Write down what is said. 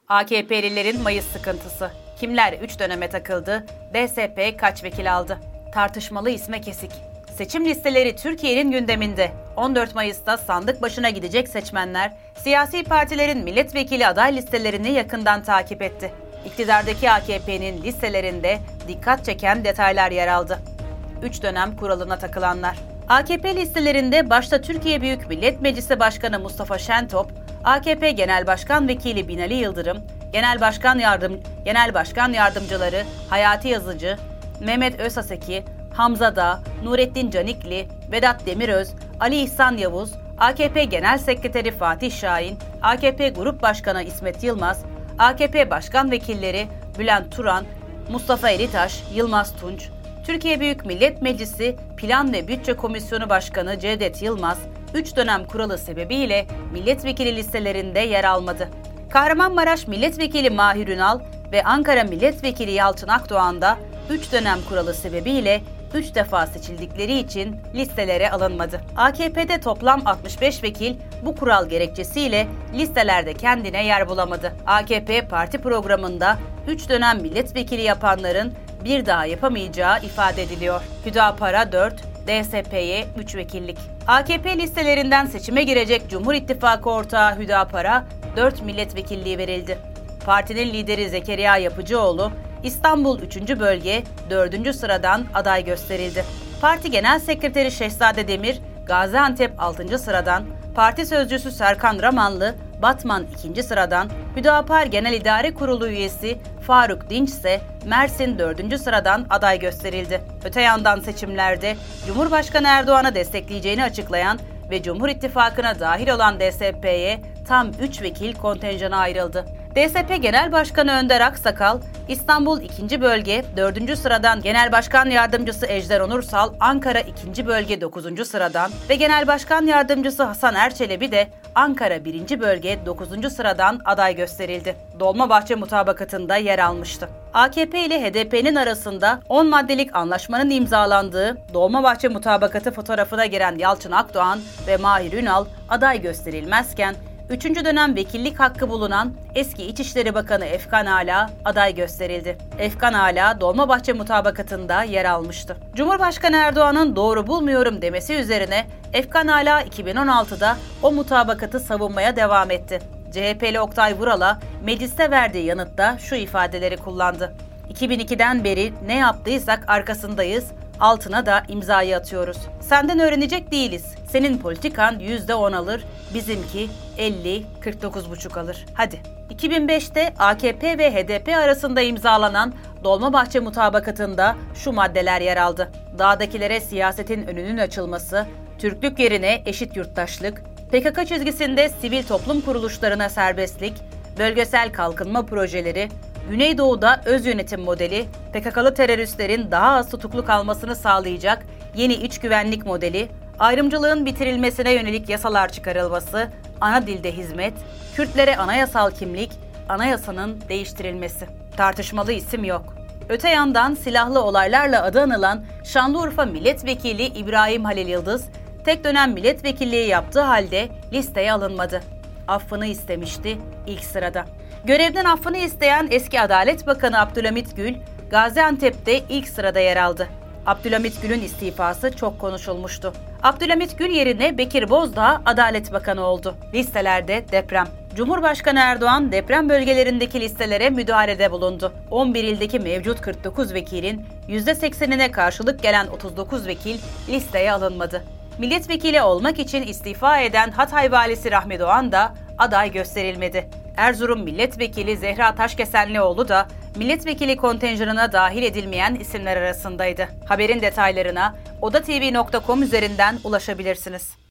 AKP'lilerin Mayıs sıkıntısı. Kimler 3 döneme takıldı? DSP kaç vekil aldı? Tartışmalı isme kesik. Seçim listeleri Türkiye'nin gündeminde. 14 Mayıs'ta sandık başına gidecek seçmenler, siyasi partilerin milletvekili aday listelerini yakından takip etti. İktidardaki AKP'nin listelerinde dikkat çeken detaylar yer aldı. 3 dönem kuralına takılanlar. AKP listelerinde başta Türkiye Büyük Millet Meclisi Başkanı Mustafa Şentop, AKP Genel Başkan Vekili Binali Yıldırım, Genel Başkan Yardımcıları Hayati Yazıcı, Mehmet Özhaseki, Hamza Dağ, Nurettin Canikli, Vedat Demiröz, Ali İhsan Yavuz, AKP Genel Sekreteri Fatih Şahin, AKP Grup Başkanı İsmet Yılmaz, AKP Başkan Vekilleri Bülent Turan, Mustafa Eritaş, Yılmaz Tunç, Türkiye Büyük Millet Meclisi Plan ve Bütçe Komisyonu Başkanı Cevdet Yılmaz, 3 dönem kuralı sebebiyle milletvekili listelerinde yer almadı. Kahramanmaraş Milletvekili Mahir Ünal ve Ankara Milletvekili Yalçın Akdoğan da 3 dönem kuralı sebebiyle 3 defa seçildikleri için listelere alınmadı. AKP'de toplam 65 vekil bu kural gerekçesiyle listelerde kendine yer bulamadı. AKP parti programında 3 dönem milletvekili yapanların bir daha yapamayacağı ifade ediliyor. Hüdapar'a 4, DSP'ye 3 vekillik. AKP listelerinden seçime girecek Cumhur İttifakı ortağı Hüdapar'a 4 milletvekilliği verildi. Partinin lideri Zekeriya Yapıcıoğlu, İstanbul 3. Bölge 4. sıradan aday gösterildi. Parti Genel Sekreteri Şehzade Demir, Gaziantep 6. sıradan, Parti Sözcüsü Serkan Ramanlı, Batman 2. sıradan, Hüdapar Genel İdare Kurulu üyesi Faruk Dinç ise Mersin 4. sıradan aday gösterildi. Öte yandan seçimlerde Cumhurbaşkanı Erdoğan'ı destekleyeceğini açıklayan ve Cumhur İttifakı'na dahil olan DSP'ye tam 3 vekil kontenjanı ayrıldı. DSP Genel Başkanı Önder Aksakal, İstanbul 2. Bölge 4. sıradan Genel Başkan Yardımcısı Ejder Onursal, Ankara 2. Bölge 9. sıradan ve Genel Başkan Yardımcısı Hasan Erçelebi de Ankara 1. Bölge 9. sıradan aday gösterildi. Dolmabahçe mutabakatında yer almıştı. AKP ile HDP'nin arasında 10 maddelik anlaşmanın imzalandığı Dolmabahçe mutabakatı fotoğrafına giren Yalçın Akdoğan ve Mahir Ünal aday gösterilmezken, 3. dönem vekillik hakkı bulunan eski İçişleri Bakanı Efkan Ala aday gösterildi. Efkan Ala, Dolmabahçe mutabakatında yer almıştı. Cumhurbaşkanı Erdoğan'ın doğru bulmuyorum demesi üzerine Efkan Ala 2016'da o mutabakatı savunmaya devam etti. CHP'li Oktay Vural'a mecliste verdiği yanıtta şu ifadeleri kullandı. 2002'den beri ne yaptıysak arkasındayız, altına da imzayı atıyoruz. Senden öğrenecek değiliz. Senin politikan %10 alır, bizimki 50-49,5 alır. Hadi. 2005'te AKP ve HDP arasında imzalanan Dolmabahçe mutabakatında şu maddeler yer aldı. Dağdakilere siyasetin önünün açılması, Türklük yerine eşit yurttaşlık, PKK çizgisinde sivil toplum kuruluşlarına serbestlik, bölgesel kalkınma projeleri, Güneydoğu'da öz yönetim modeli, PKK'lı teröristlerin daha az tutuklu kalmasını sağlayacak yeni iç güvenlik modeli, ayrımcılığın bitirilmesine yönelik yasalar çıkarılması, ana dilde hizmet, Kürtlere anayasal kimlik, anayasanın değiştirilmesi. Tartışmalı isim yok. Öte yandan silahlı olaylarla adı anılan Şanlıurfa Milletvekili İbrahim Halil Yıldız, tek dönem milletvekilliği yaptığı halde listeye alınmadı. Affını istemişti ilk sırada. Görevden affını isteyen eski Adalet Bakanı Abdülhamit Gül, Gaziantep'te ilk sırada yer aldı. Abdülhamit Gül'ün istifası çok konuşulmuştu. Abdülhamit Gül yerine Bekir Bozdağ Adalet Bakanı oldu. Listelerde deprem. Cumhurbaşkanı Erdoğan deprem bölgelerindeki listelere müdahalede bulundu. 11 ildeki mevcut 49 vekilin %80'ine karşılık gelen 39 vekil listeye alınmadı. Milletvekili olmak için istifa eden Hatay Valisi Rahmi Doğan da aday gösterilmedi. Erzurum Milletvekili Zehra Taşkesenlioğlu da milletvekili kontenjanına dahil edilmeyen isimler arasındaydı. Haberin detaylarına odatv.com üzerinden ulaşabilirsiniz.